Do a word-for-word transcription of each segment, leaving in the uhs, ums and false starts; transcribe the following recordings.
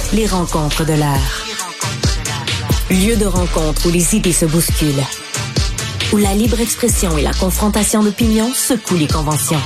Les rencontres de l'heure. Lieu de rencontre où les idées se bousculent. Où la libre expression et la confrontation d'opinions secouent les conventions.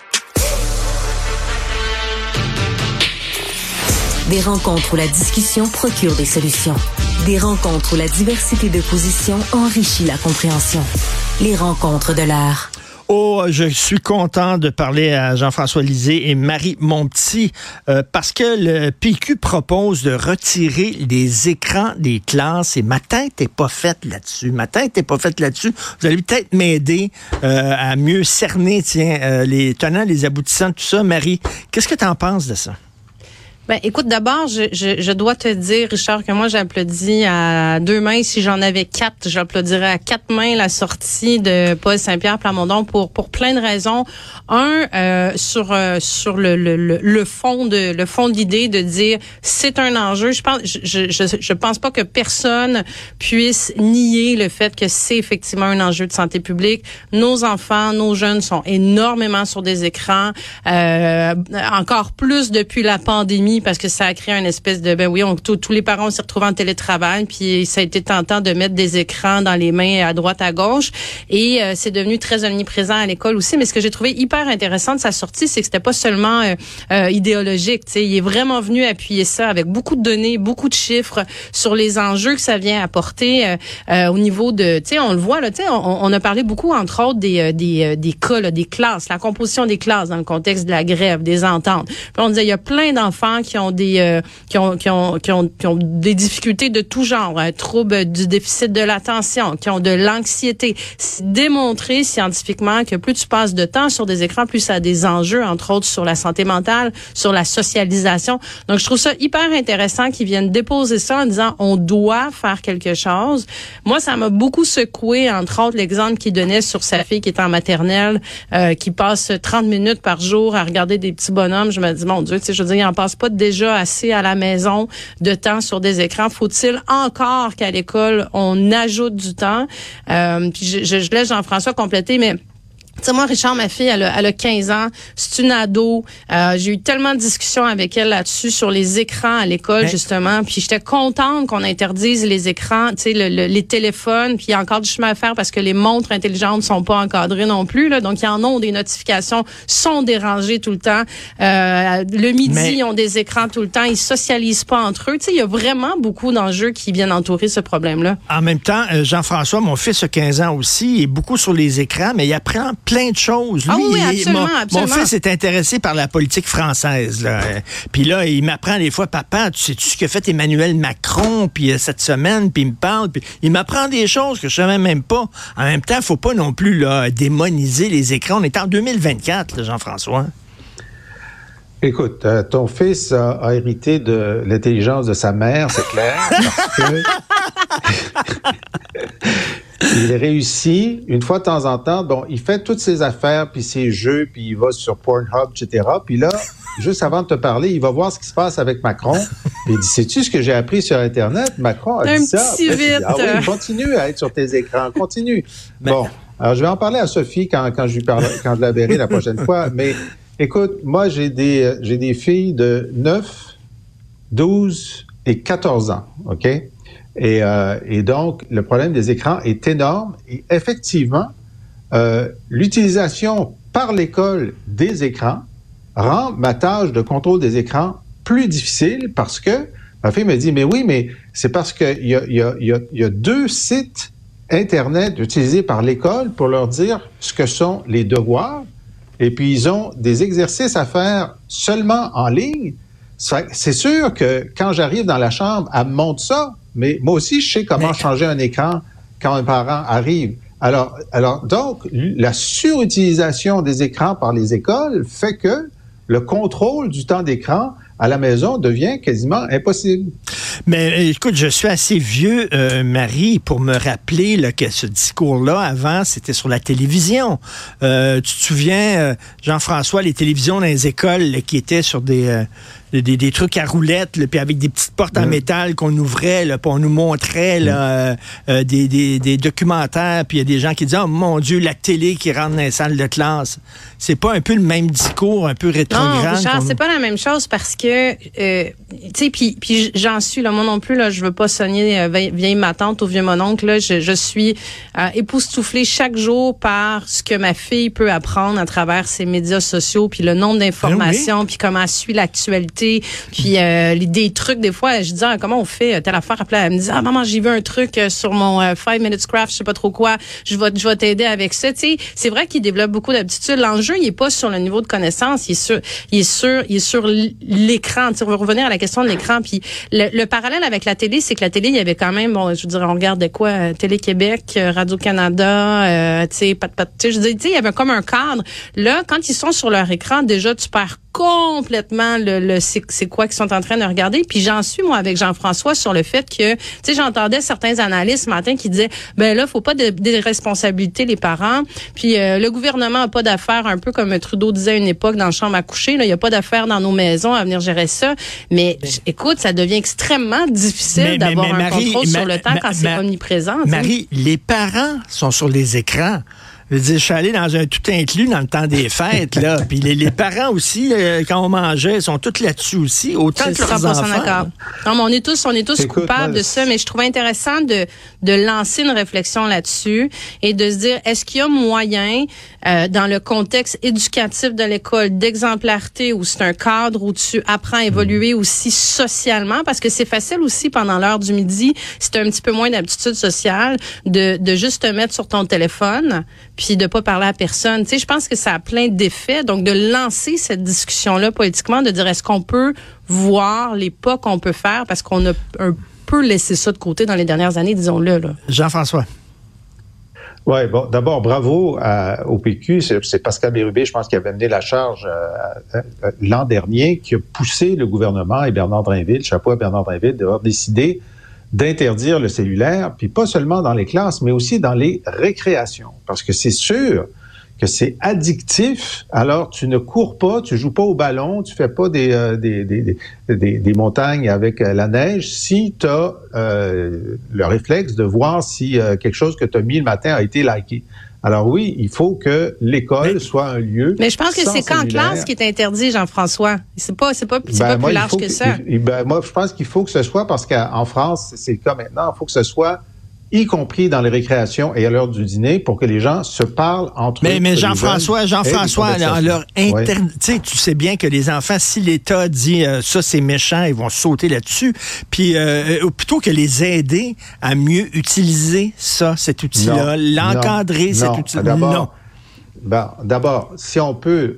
Des rencontres où la discussion procure des solutions. Des rencontres où la diversité de positions enrichit la compréhension. Les rencontres de l'heure. Oh, je suis content de parler à Jean-François Lisée et Marie Montpetit euh, parce que le P Q propose de retirer les écrans des classes et ma tête n'est pas faite là-dessus. Ma tête n'est pas faite là-dessus. Vous allez peut-être m'aider euh, à mieux cerner, tiens, euh, les tenants, les aboutissants, tout ça. Marie, qu'est-ce que tu en penses de ça? Ben, écoute, d'abord, je, je, je dois te dire, Richard, que moi, j'applaudis à deux mains. Si j'en avais quatre, j'applaudirais à quatre mains la sortie de Paul Saint-Pierre Plamondon pour pour plein de raisons. Un, euh, sur euh, sur le, le le fond de le fond de l'idée de dire c'est un enjeu. Je pense je je je pense pas que personne puisse nier le fait que c'est effectivement un enjeu de santé publique. Nos enfants, nos jeunes sont énormément sur des écrans, euh, encore plus depuis la pandémie, parce que ça a créé une espèce de, ben oui, on, tous les parents s'y retrouvent en télétravail, puis ça a été tentant de mettre des écrans dans les mains à droite, à gauche, et euh, c'est devenu très omniprésent à l'école aussi. Mais ce que j'ai trouvé hyper intéressant de sa sortie, c'est que c'était pas seulement euh, euh, idéologique, tu sais, il est vraiment venu appuyer ça avec beaucoup de données, beaucoup de chiffres sur les enjeux que ça vient apporter euh, euh, au niveau de, tu sais, on le voit là, tu sais, on, on a parlé beaucoup entre autres des euh, des euh, des cas là, des classes, la composition des classes dans le contexte de la grève, des ententes. Puis on disait il y a plein d'enfants qui ont des euh, qui ont qui ont qui ont qui ont des difficultés de tout genre, un trouble du déficit de l'attention, qui ont de l'anxiété. C'est démontré scientifiquement que plus tu passes de temps sur des écrans, plus ça a des enjeux, entre autres sur la santé mentale, sur la socialisation. Donc je trouve ça hyper intéressant qu'ils viennent déposer ça en disant on doit faire quelque chose. Moi, ça m'a beaucoup secoué, entre autres l'exemple qu'il donnait sur sa fille qui est en maternelle, euh, qui passe trente minutes par jour à regarder des petits bonhommes. Je me dis mon Dieu, tu sais, je veux dire, il en passe pas déjà assez à la maison de temps sur des écrans. Faut-il encore qu'à l'école, on ajoute du temps? Euh, puis je, je, je laisse Jean-François compléter, mais tu sais, moi, Richard, ma fille, elle a, elle a quinze ans. C'est une ado. Euh, j'ai eu tellement de discussions avec elle là-dessus sur les écrans à l'école, mais... justement. Puis j'étais contente qu'on interdise les écrans, tu sais, le, le, les téléphones. Puis il y a encore du chemin à faire parce que les montres intelligentes sont pas encadrées non plus, là. Donc, ils en ont des notifications, sont dérangées tout le temps. Euh, le midi, mais... ils ont des écrans tout le temps. Ils socialisent pas entre eux. Tu sais, il y a vraiment beaucoup d'enjeux qui viennent entourer ce problème-là. En même temps, Jean-François, mon fils a quinze ans aussi, il est beaucoup sur les écrans, mais il apprend plein de choses. Lui, ah oui, il, absolument, mon, absolument. mon fils est intéressé par la politique française. Là. Puis là, il m'apprend des fois, papa, tu sais-tu ce qu'a fait Emmanuel Macron puis euh, cette semaine, puis il me parle, puis il m'apprend des choses que je savais même pas. En même temps, il faut pas non plus là, démoniser les écrans. On est en deux mille vingt-quatre, là, Jean-François. Écoute, euh, ton fils a, a hérité de l'intelligence de sa mère, c'est clair, parce que il réussit, une fois de temps en temps, bon, il fait toutes ses affaires, puis ses jeux, puis il va sur Pornhub, et cetera. Puis là, juste avant de te parler, il va voir ce qui se passe avec Macron. Puis il dit, sais-tu ce que j'ai appris sur Internet? Macron a Un dit ça. petit vite. Ah oui, continue à être sur tes écrans, continue. Mais... Bon, alors je vais en parler à Sophie quand, quand je lui parle, quand je la verrai la prochaine fois. Mais écoute, moi, j'ai des, j'ai des filles de neuf, douze et quatorze ans, OK? Et, euh, et donc, le problème des écrans est énorme. Et effectivement, euh, l'utilisation par l'école des écrans rend ma tâche de contrôle des écrans plus difficile parce que ma fille me dit, mais oui, mais c'est parce qu'il y a, il y a, il y a, il y a deux sites Internet utilisés par l'école pour leur dire ce que sont les devoirs. Et puis, ils ont des exercices à faire seulement en ligne. C'est sûr que quand j'arrive dans la chambre, elle me montre ça. Mais moi aussi, je sais comment mais... changer un écran quand un parent arrive. Alors, alors, donc, la surutilisation des écrans par les écoles fait que le contrôle du temps d'écran à la maison devient quasiment impossible. Mais écoute, je suis assez vieux, euh, Marie, pour me rappeler là, que ce discours-là, avant, c'était sur la télévision. Euh, tu te souviens, euh, Jean-François, les télévisions dans les écoles là, qui étaient sur des... Euh, des, des trucs à roulettes, là, puis avec des petites portes mmh. en métal qu'on ouvrait, là, puis on nous montrait là, mmh. euh, des, des, des documentaires, puis il y a des gens qui disent « Oh mon Dieu, la télé qui rentre dans les salles de classe ». C'est pas un peu le même discours, un peu rétrograde? Non, Richard, c'est pas la même chose parce que, euh, tu sais, puis puis j'en suis, là, moi non plus, là, je veux pas sonner euh, vieille ma tante ou vieux mon oncle, là, je, je suis euh, époustouflée chaque jour par ce que ma fille peut apprendre à travers ses médias sociaux, puis le nombre d'informations, oui. puis comment elle suit l'actualité, puis euh, des trucs, des fois, je dis, ah, comment on fait telle affaire, après, elle me dit, ah, maman, j'ai vu un truc sur mon euh, five minutes craft, je sais pas trop quoi, je vais, je vais t'aider avec ça, tu sais, c'est vrai qu'il développe beaucoup d'habitudes, l'enjeu, il est pas sur le niveau de connaissance, il est sur, il est sur, il est sur l'écran, tu sais, on va revenir à la question de l'écran, puis le, le parallèle avec la télé, c'est que la télé, il y avait quand même, bon, je veux dire, on regardait quoi, Télé-Québec, Radio-Canada, euh, tu sais, pat, pat, tu sais, je dis, tu sais, il y avait comme un cadre. Là, quand ils sont sur leur écran, déjà, tu perds complètement le, le c'est, c'est quoi qu'ils sont en train de regarder. Puis j'en suis, moi, avec Jean-François, sur le fait que, tu sais, j'entendais certains analystes ce matin qui disaient, ben là, faut pas de, de responsabilité les parents. Puis euh, le gouvernement a pas d'affaires, un peu comme Trudeau disait à une époque dans le chambre à coucher, là, il y a pas d'affaires dans nos maisons à venir gérer ça. Mais, mais écoute, ça devient extrêmement difficile mais, d'avoir mais, mais, un Marie, contrôle ma, sur le temps ma, quand ma, c'est omniprésent. Marie, t'sais. Les parents sont sur les écrans. Je veux dire, je suis allé dans un tout inclus dans le temps des fêtes, là. Puis les, les parents aussi, là, quand on mangeait, sont tous là-dessus aussi, autant que leurs enfants. D'accord. Non, mais on est tous, on est tous Écoute, coupables moi, de ça, mais je trouvais intéressant de, de lancer une réflexion là-dessus et de se dire, est-ce qu'il y a moyen, euh, dans le contexte éducatif de l'école, d'exemplarité, où c'est un cadre où tu apprends à évoluer aussi socialement, parce que c'est facile aussi pendant l'heure du midi, si tu as un petit peu moins d'aptitude sociale, de, de juste te mettre sur ton téléphone, puis de pas parler à personne. Tu sais, je pense que ça a plein d'effets. Donc, de lancer cette discussion-là politiquement, de dire est-ce qu'on peut voir les pas qu'on peut faire parce qu'on a un peu laissé ça de côté dans les dernières années, disons-le. Là. Jean-François. Oui, bon, d'abord, bravo à, au P Q. C'est, c'est Pascal Bérubé, je pense, qui avait mené la charge euh, euh, l'an dernier, qui a poussé le gouvernement et Bernard Drinville, chapeau à Bernard Drinville, d'avoir décidé d'interdire le cellulaire, puis pas seulement dans les classes, mais aussi dans les récréations. Parce que c'est sûr que c'est addictif. Alors, tu ne cours pas, tu joues pas au ballon, tu fais pas des, euh, des, des, des, des montagnes avec euh, la neige si tu as euh, le réflexe de voir si euh, quelque chose que tu as mis le matin a été liké. Alors oui, il faut que l'école mais, soit un lieu. Mais je pense que c'est qu'en classe qui est interdit, Jean-François. C'est pas, c'est pas, c'est ben, pas moi, plus large que, que ça. Il, ben, moi, je pense qu'il faut que ce soit, parce qu'en France, c'est le cas maintenant, il faut que ce soit y compris dans les récréations et à l'heure du dîner, pour que les gens se parlent entre mais, eux. Mais Jean-François, Jean-François, leur inter... ouais. tu sais, tu sais bien que les enfants, si l'État dit euh, ça c'est méchant, ils vont sauter là-dessus. Puis euh, plutôt que les aider à mieux utiliser ça, cet outil-là, non, l'encadrer, non, cet non. outil-là. D'abord, non. Ben, d'abord, si on peut,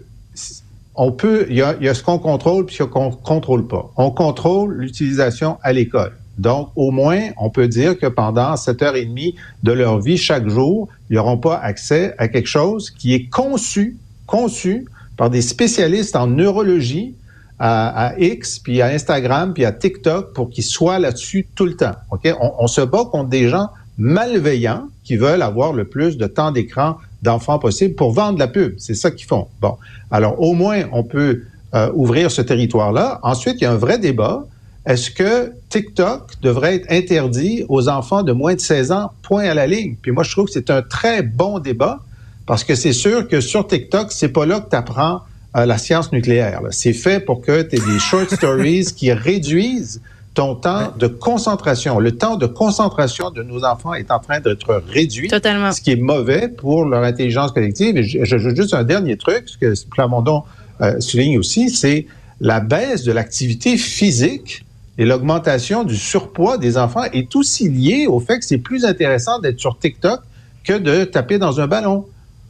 on peut, il y a, y a ce qu'on contrôle puis ce qu'on contrôle pas. On contrôle l'utilisation à l'école. Donc, au moins, on peut dire que pendant sept heures trente de leur vie chaque jour, ils n'auront pas accès à quelque chose qui est conçu, conçu par des spécialistes en neurologie à, à X, puis à Instagram, puis à TikTok pour qu'ils soient là-dessus tout le temps. Ok, on, on se bat contre des gens malveillants qui veulent avoir le plus de temps d'écran d'enfants possible pour vendre la pub. C'est ça qu'ils font. Bon, alors au moins, on peut euh, ouvrir ce territoire-là. Ensuite, il y a un vrai débat. Est-ce que TikTok devrait être interdit aux enfants de moins de seize ans, point à la ligne? Puis moi, je trouve que c'est un très bon débat, parce que c'est sûr que sur TikTok, c'est pas là que tu apprends euh, la science nucléaire. Là. C'est fait pour que tu aies des short stories qui réduisent ton temps de concentration. Le temps de concentration de nos enfants est en train d'être réduit. Totalement. Ce qui est mauvais pour leur intelligence collective. Et j'ajoute juste un dernier truc, ce que Plamondon euh, souligne aussi, c'est la baisse de l'activité physique. Et l'augmentation du surpoids des enfants est aussi liée au fait que c'est plus intéressant d'être sur TikTok que de taper dans un ballon.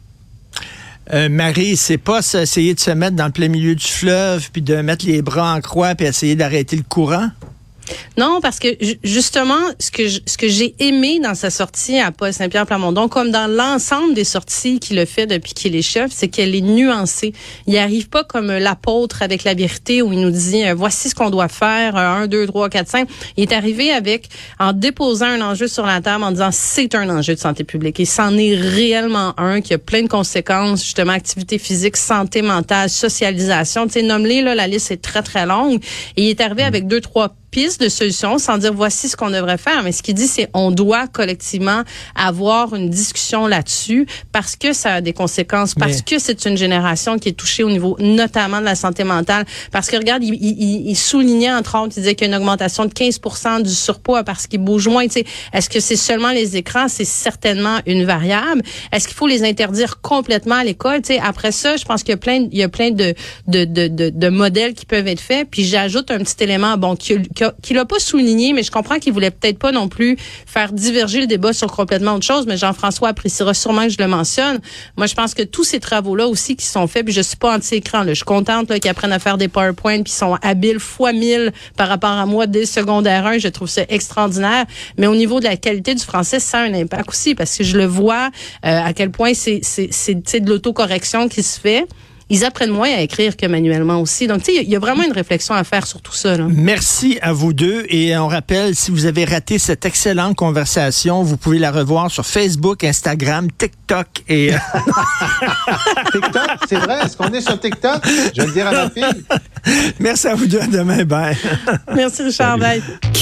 Euh, Marie, c'est pas essayer de se mettre dans le plein milieu du fleuve puis de mettre les bras en croix puis essayer d'arrêter le courant? Non, parce que justement, ce que je, ce que j'ai aimé dans sa sortie à Paul Saint-Pierre Plamondon, comme dans l'ensemble des sorties qu'il a fait depuis qu'il est chef, c'est qu'elle est nuancée. Il arrive pas comme l'apôtre avec la vérité où il nous dit euh, voici ce qu'on doit faire, un, deux, trois, quatre, cinq. Il est arrivé avec en déposant un enjeu sur la table en disant c'est un enjeu de santé publique et c'en est réellement un qui a plein de conséquences, justement activité physique, santé mentale, socialisation. Tu sais, nomme-les là, la liste est très très longue. Et il est arrivé avec deux trois pistes de solutions sans dire voici ce qu'on devrait faire. Mais ce qu'il dit, c'est on doit collectivement avoir une discussion là-dessus parce que ça a des conséquences, parce Mais... que c'est une génération qui est touchée au niveau notamment de la santé mentale. Parce que regarde, il, il, il soulignait entre autres, il disait qu'il y a une augmentation de quinze pour cent du surpoids parce qu'il bouge moins. Tu sais, est-ce que c'est seulement les écrans? C'est certainement une variable. Est-ce qu'il faut les interdire complètement à l'école? Tu sais, après ça, je pense qu'il y a plein, il y a plein de, de, de, de, de modèles qui peuvent être faits. Puis j'ajoute un petit élément, bon, qui, qui qu'il n'a pas souligné, mais je comprends qu'il voulait peut-être pas non plus faire diverger le débat sur complètement autre chose, mais Jean-François appréciera sûrement que je le mentionne. Moi, je pense que tous ces travaux-là aussi qui sont faits, puis je suis pas anti-écran, là, je suis contente là, qu'ils apprennent à faire des PowerPoint, puis sont habiles fois mille par rapport à moi dès le secondaire un, je trouve ça extraordinaire, mais au niveau de la qualité du français, ça a un impact aussi, parce que je le vois euh, à quel point c'est, c'est, c'est, c'est de l'autocorrection qui se fait. Ils apprennent moins à écrire que manuellement aussi. Donc, tu sais, il y a vraiment une réflexion à faire sur tout ça, là. Merci à vous deux. Et on rappelle, si vous avez raté cette excellente conversation, vous pouvez la revoir sur Facebook, Instagram, TikTok et... TikTok, c'est vrai? Est-ce qu'on est sur TikTok? Je vais le dire à ma fille. Merci à vous deux. À demain. Bye. Merci, Richard. Bye.